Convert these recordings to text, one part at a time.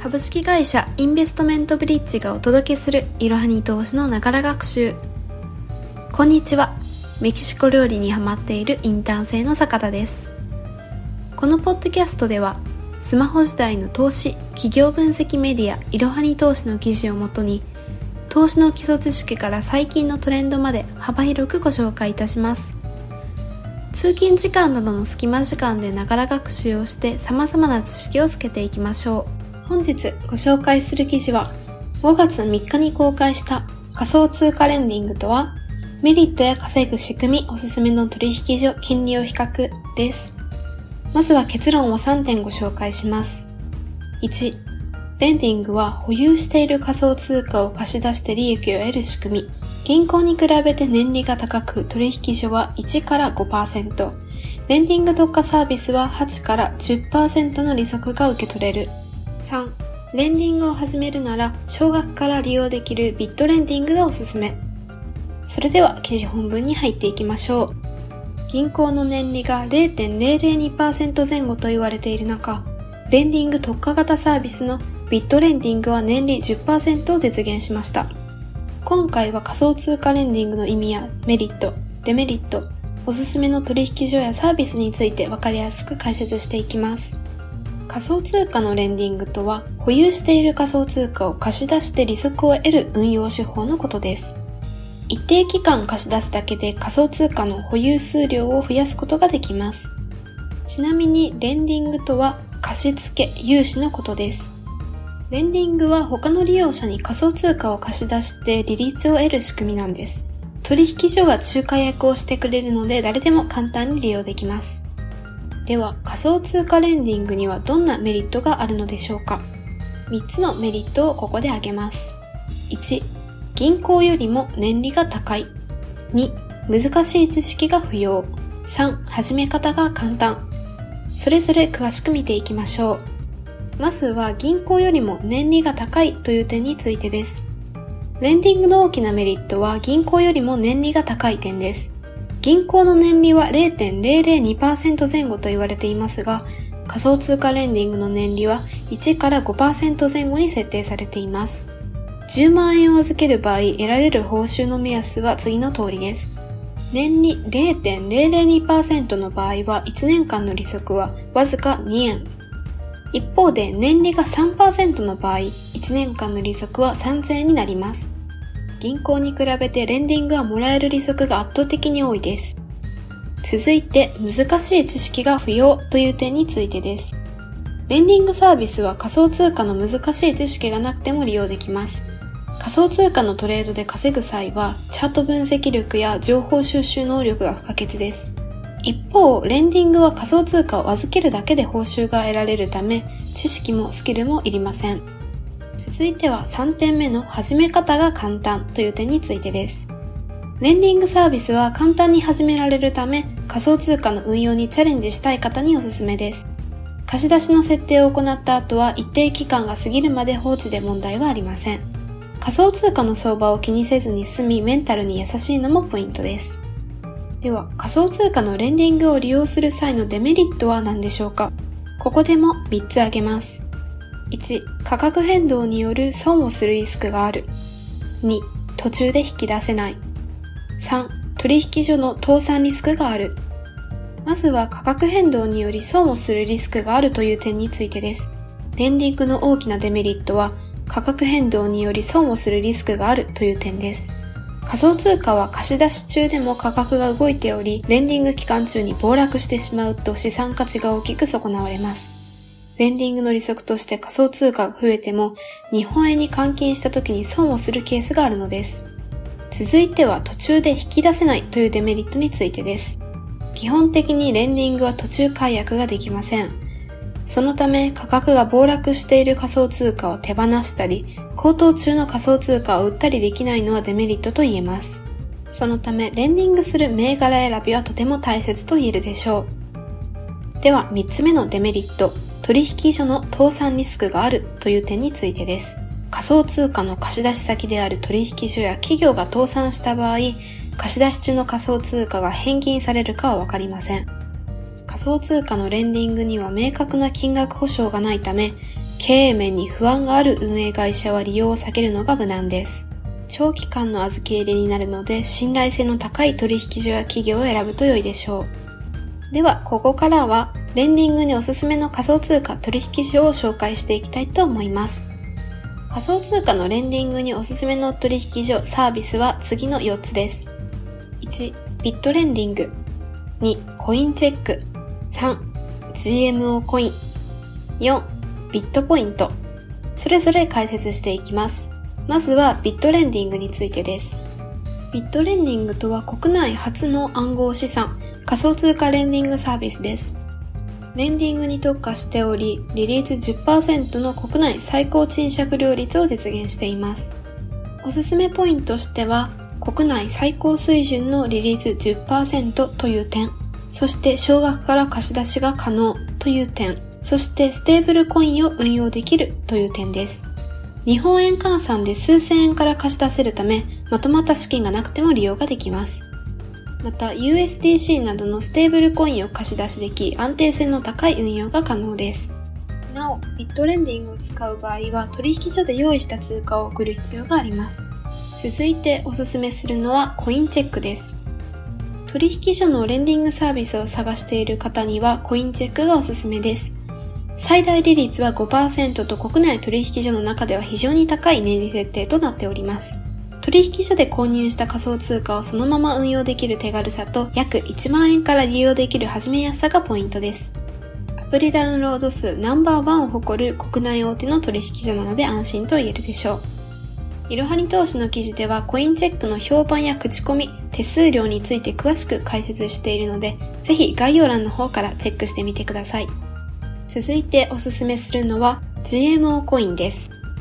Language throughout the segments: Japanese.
株式会社インベストメントブリッジがお届けするいろはに投資のながら学習。こんにちは。メキシコ料理にハマっているインターン生の坂田です。このポッドキャストではスマホ時代の投資、企業分析メディアいろはに投資の記事をもとに投資の基礎知識から最近のトレンドまで幅広くご紹介いたします。通勤時間などの隙間時間でながら学習をして様々な知識をつけていきましょう。本日ご紹介する記事は5月3日に公開した仮想通貨レンディングとはメリットや稼ぐ仕組みおすすめの取引所金利を比較です。まずは結論を3点ご紹介します。1、レンディングは保有している仮想通貨を貸し出して利益を得る仕組み。銀行に比べて年利が高く取引所は1から 5%、レンディング特化サービスは8から 10% の利息が受け取れる。3、レンディングを始めるなら少額から利用できるビットレンディングがおすすめ。それでは記事本文に入っていきましょう。銀行の年利が 0.002% 前後と言われている中、レンディング特化型サービスのビットレンディングは年利 10% を実現しました。今回は仮想通貨レンディングの意味やメリット、デメリット、おすすめの取引所やサービスについて分かりやすく解説していきます。仮想通貨のレンディングとは、保有している仮想通貨を貸し出して利息を得る運用手法のことです。一定期間貸し出すだけで仮想通貨の保有数量を増やすことができます。ちなみにレンディングとは貸付、融資のことです。レンディングは他の利用者に仮想通貨を貸し出して利率を得る仕組みなんです。取引所が仲介役をしてくれるので誰でも簡単に利用できます。では仮想通貨レンディングにはどんなメリットがあるのでしょうか。3つのメリットをここで挙げます。1、銀行よりも年利が高い。2、難しい知識が不要。3、始め方が簡単。それぞれ詳しく見ていきましょう。まずは銀行よりも年利が高いという点についてです。レンディングの大きなメリットは銀行よりも年利が高い点です。銀行の年利は 0.002% 前後と言われていますが、仮想通貨レンディングの年利は1から 5% 前後に設定されています。10万円を預ける場合、得られる報酬の目安は次の通りです。年利 0.002% の場合は1年間の利息はわずか2円。一方で年利が 3% の場合、1年間の利息は3000円になります。銀行に比べてレンディングはもらえる利息が圧倒的に多いです。続いて難しい知識が不要という点についてです。レンディングサービスは仮想通貨の難しい知識がなくても利用できます。仮想通貨のトレードで稼ぐ際はチャート分析力や情報収集能力が不可欠です。一方、レンディングは仮想通貨を預けるだけで報酬が得られるため、知識もスキルもいりません。続いては3点目の始め方が簡単という点についてです。レンディングサービスは簡単に始められるため、仮想通貨の運用にチャレンジしたい方におすすめです。貸し出しの設定を行った後は一定期間が過ぎるまで放置で問題はありません。仮想通貨の相場を気にせずに済み、メンタルに優しいのもポイントです。では、仮想通貨のレンディングを利用する際のデメリットは何でしょうか。ここでも3つ挙げます。1、価格変動による損をするリスクがある。2、途中で引き出せない。3、取引所の倒産リスクがある。まずは価格変動により損をするリスクがあるという点についてです。レンディングの大きなデメリットは価格変動により損をするリスクがあるという点です。仮想通貨は貸し出し中でも価格が動いており、レンディング期間中に暴落してしまうと資産価値が大きく損なわれます。レンディングの利息として仮想通貨が増えても、日本円に換金した時に損をするケースがあるのです。続いては途中で引き出せないというデメリットについてです。基本的にレンディングは途中解約ができません。そのため価格が暴落している仮想通貨を手放したり、高騰中の仮想通貨を売ったりできないのはデメリットと言えます。そのためレンディングする銘柄選びはとても大切と言えるでしょう。では3つ目のデメリット、取引所の倒産リスクがあるという点についてです。仮想通貨の貸し出し先である取引所や企業が倒産した場合、貸し出し中の仮想通貨が返金されるかはわかりません。仮想通貨のレンディングには明確な金額保証がないため、 経営面に不安がある運営会社は利用を避けるのが無難です。長期間の預け入れになるので、信頼性の高い取引所や企業を選ぶと良いでしょう。では、ここからはレンディングにおすすめの仮想通貨取引所を紹介していきたいと思います。仮想通貨のレンディングにおすすめの取引所サービスは次の4つです。1、ビットレンディング。2、コインチェック。3、GMO コイン。4、ビットポイント。それぞれ解説していきます。まずはビットレンディングについてです。ビットレンディングとは国内初の暗号資産、仮想通貨レンディングサービスです。レンディングに特化しており、利率 10% の国内最高賃借料率を実現しています。おすすめポイントとしては、国内最高水準の利率 10% という点、そして少額から貸し出しが可能という点、そしてステーブルコインを運用できるという点です。日本円換算で数千円から貸し出せるため、まとまった資金がなくても利用ができます。また USDC などのステーブルコインを貸し出しでき、安定性の高い運用が可能です。なお、ビットレンディングを使う場合は取引所で用意した通貨を送る必要があります。続いておすすめするのはコインチェックです。取引所のレンディングサービスを探している方にはコインチェックがおすすめです。最大利率は 5% と国内取引所の中では非常に高い年利設定となっております。取引所で購入した仮想通貨をそのまま運用できる手軽さと約1万円から利用できる始めやすさがポイントです。アプリダウンロード数ナンバーワンを誇る国内大手の取引所なので安心と言えるでしょう。いろはに投資の記事ではコインチェックの評判や口コミ、手数料について詳しく解説しているので、ぜひ概要欄の方からチェックしてみてください。続いておすすめするのは GMO コインです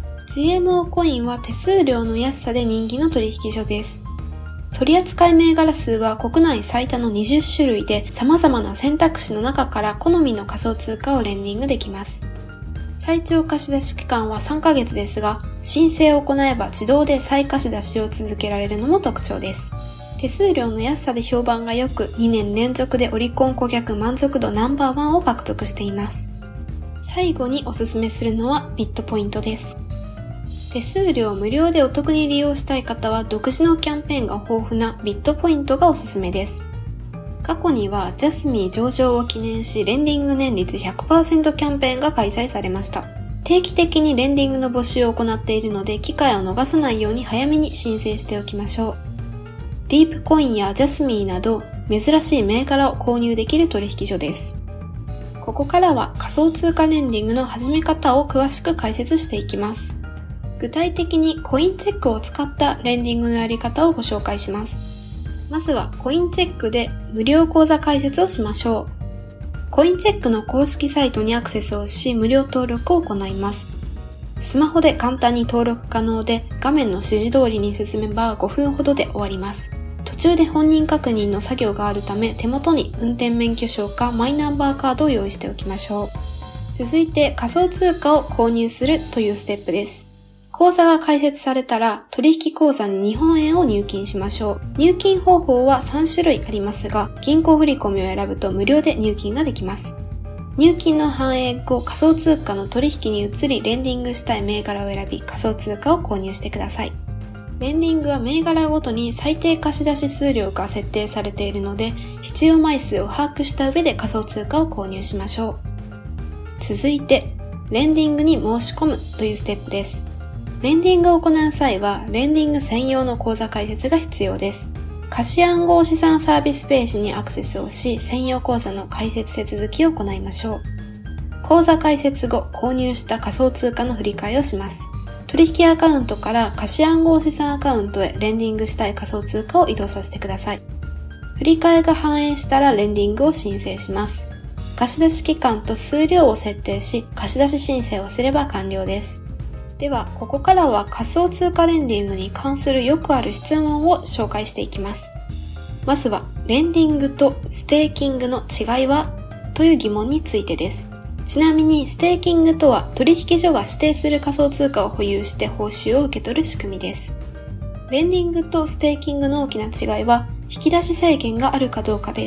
。GMO コインは手数料の安さで人気の取引所です。取扱銘柄数は国内最多の20種類で様々な選択肢の中から好みの仮想通貨をレンディングできます。最長貸し出し期間は3ヶ月ですが、申請を行えば自動で再貸し出しを続けられるのも特徴です。手数料の安さで評判が良く、2年連続でオリコン顧客満足度ナンバーワンを獲得しています。最後におすすめするのはビットポイントです。手数料無料でお得に利用したい方は独自のキャンペーンが豊富なビットポイントがおすすめです。過去にはジャスミー上場を記念しレンディング年率 100% キャンペーンが開催されました。定期的にレンディングの募集を行っているので機会を逃さないように早めに申請しておきましょう。ディープコインやジャスミーなど珍しい銘柄を購入できる取引所です。ここからは仮想通貨レンディングの始め方を詳しく解説していきます。具体的にコインチェックを使ったレンディングのやり方をご紹介します。まずはコインチェックで無料口座開設をしましょう。コインチェックの公式サイトにアクセスをし無料登録を行います。スマホで簡単に登録可能で画面の指示通りに進めば5分ほどで終わります。途中で本人確認の作業があるため手元に運転免許証かマイナンバーカードを用意しておきましょう。続いて仮想通貨を購入するというステップです。口座が開設されたら取引口座に日本円を入金しましょう。入金方法は3種類ありますが、銀行振込を選ぶと無料で入金ができます。入金の反映後、仮想通貨の取引に移りレンディングしたい銘柄を選び仮想通貨を購入してください。レンディングは銘柄ごとに最低貸し出し数量が設定されているので、必要枚数を把握した上で仮想通貨を購入しましょう。続いて、レンディングに申し込むというステップです。レンディングを行う際は、レンディング専用の口座開設が必要です。貸暗号資産サービスページにアクセスをし、専用口座の開設手続きを行いましょう。口座開設後、購入した仮想通貨の振り替えをします。取引アカウントから貸暗号資産アカウントへレンディングしたい仮想通貨を移動させてください。振り替えが反映したらレンディングを申請します。貸出期間と数量を設定し、貸出申請をすれば完了です。では、ここからは仮想通貨レンディングに関するよくある質問を紹介していきます。まずは、レンディングとステーキングの違いはという疑問についてです。ちなみに、ステーキングとは取引所が指定する仮想通貨を保有して報酬を受け取る仕組みです。レンディングとステーキングの大きな違いは、引き出し制限があるかどうかです。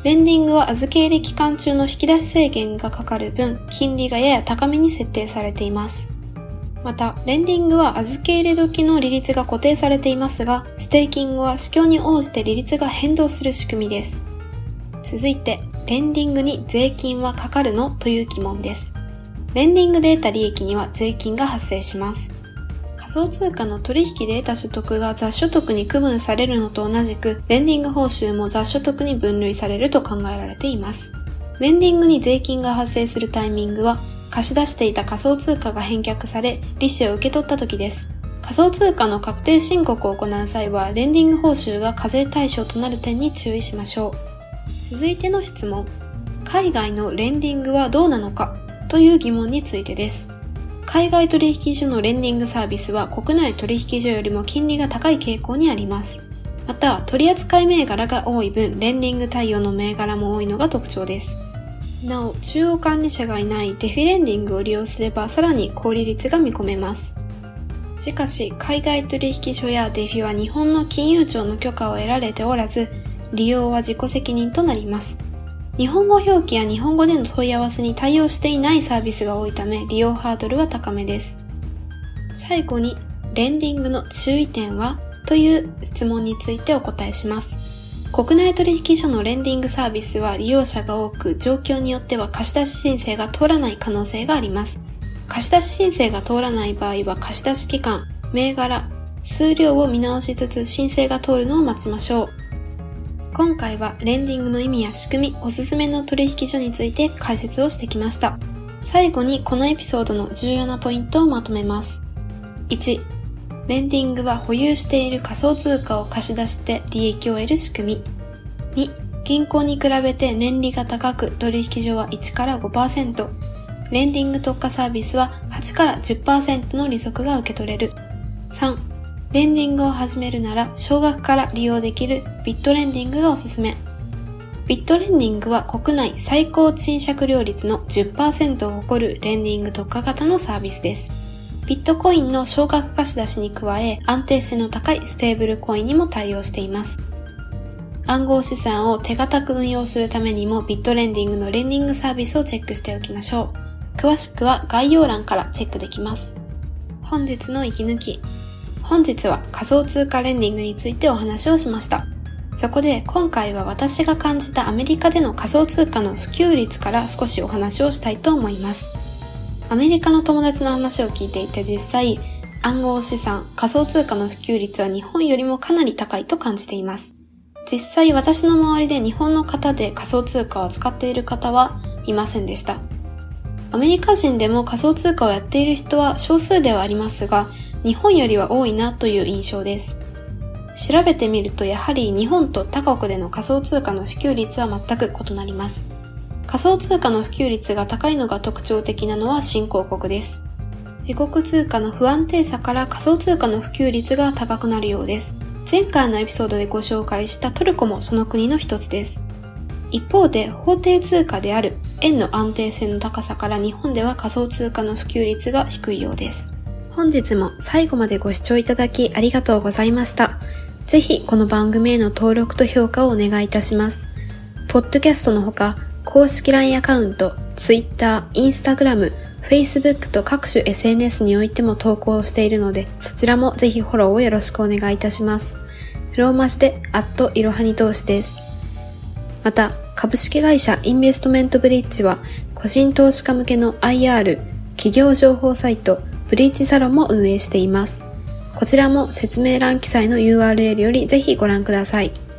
レンディングは預け入れ期間中の引き出し制限がかかる分、金利がやや高めに設定されています。また、レンディングは預け入れ時の利率が固定されていますが、ステーキングは市況に応じて利率が変動する仕組みです。続いて、レンディングに税金はかかるのという疑問です。レンディングで得た利益には税金が発生します。仮想通貨の取引で得た所得が雑所得に区分されるのと同じく、レンディング報酬も雑所得に分類されると考えられています。レンディングに税金が発生するタイミングは、貸し出していた仮想通貨が返却され、利子を受け取った時です。仮想通貨の確定申告を行う際は、レンディング報酬が課税対象となる点に注意しましょう。続いての質問。海外のレンディングはどうなのかという疑問についてです。海外取引所のレンディングサービスは国内取引所よりも金利が高い傾向にあります。また、取扱い銘柄が多い分、レンディング対応の銘柄も多いのが特徴です。なお、中央管理者がいないデフィレンディングを利用すればさらに高利率が見込めます。しかし、海外取引所やデフィは日本の金融庁の許可を得られておらず、利用は自己責任となります。日本語表記や日本語での問い合わせに対応していないサービスが多いため、利用ハードルは高めです。最後に、レンディングの注意点はという質問についてお答えします。国内取引所のレンディングサービスは利用者が多く、状況によっては貸し出し申請が通らない可能性があります。貸し出し申請が通らない場合は貸し出し期間、銘柄、数量を見直しつつ申請が通るのを待ちましょう。今回はレンディングの意味や仕組み、おすすめの取引所について解説をしてきました。最後にこのエピソードの重要なポイントをまとめます。1、レンディングは保有している仮想通貨を貸し出して利益を得る仕組み。2、銀行に比べて年利が高く取引所は1から 5%、レンディング特化サービスは8から 10% の利息が受け取れる。3、レンディングを始めるなら少額から利用できるビットレンディングがおすすめ。ビットレンディングは国内最高賃借料率の 10% を誇るレンディング特化型のサービスです。ビットコインの少額貸し出しに加え、安定性の高いステーブルコインにも対応しています。暗号資産を手堅く運用するためにもビットレンディングのレンディングサービスをチェックしておきましょう。詳しくは概要欄からチェックできます。本日の息抜き。本日は仮想通貨レンディングについてお話をしました。そこで今回は私が感じたアメリカでの仮想通貨の普及率から少しお話をしたいと思います。アメリカの友達の話を聞いていて実際、暗号資産、仮想通貨の普及率は日本よりもかなり高いと感じています。実際私の周りで日本の方で仮想通貨を使っている方はいませんでした。アメリカ人でも仮想通貨をやっている人は少数ではありますが、日本よりは多いなという印象です。調べてみるとやはり日本と他国での仮想通貨の普及率は全く異なります。仮想通貨の普及率が高いのが特徴的なのは新興国です。自国通貨の不安定さから仮想通貨の普及率が高くなるようです。前回のエピソードでご紹介したトルコもその国の一つです。一方で法定通貨である円の安定性の高さから日本では仮想通貨の普及率が低いようです。本日も最後までご視聴いただきありがとうございました。ぜひこの番組への登録と評価をお願いいたします。ポッドキャストのほか、公式 LINE アカウント、Twitter、Instagram、Facebook と各種 SNS においても投稿しているので、そちらもぜひフォローをよろしくお願いいたします。ローマ字でいろはに投資です。また、株式会社インベストメントブリッジは、個人投資家向けの IR、企業情報サイト、ブリッジサロンも運営しています。こちらも説明欄記載の URL よりぜひご覧ください。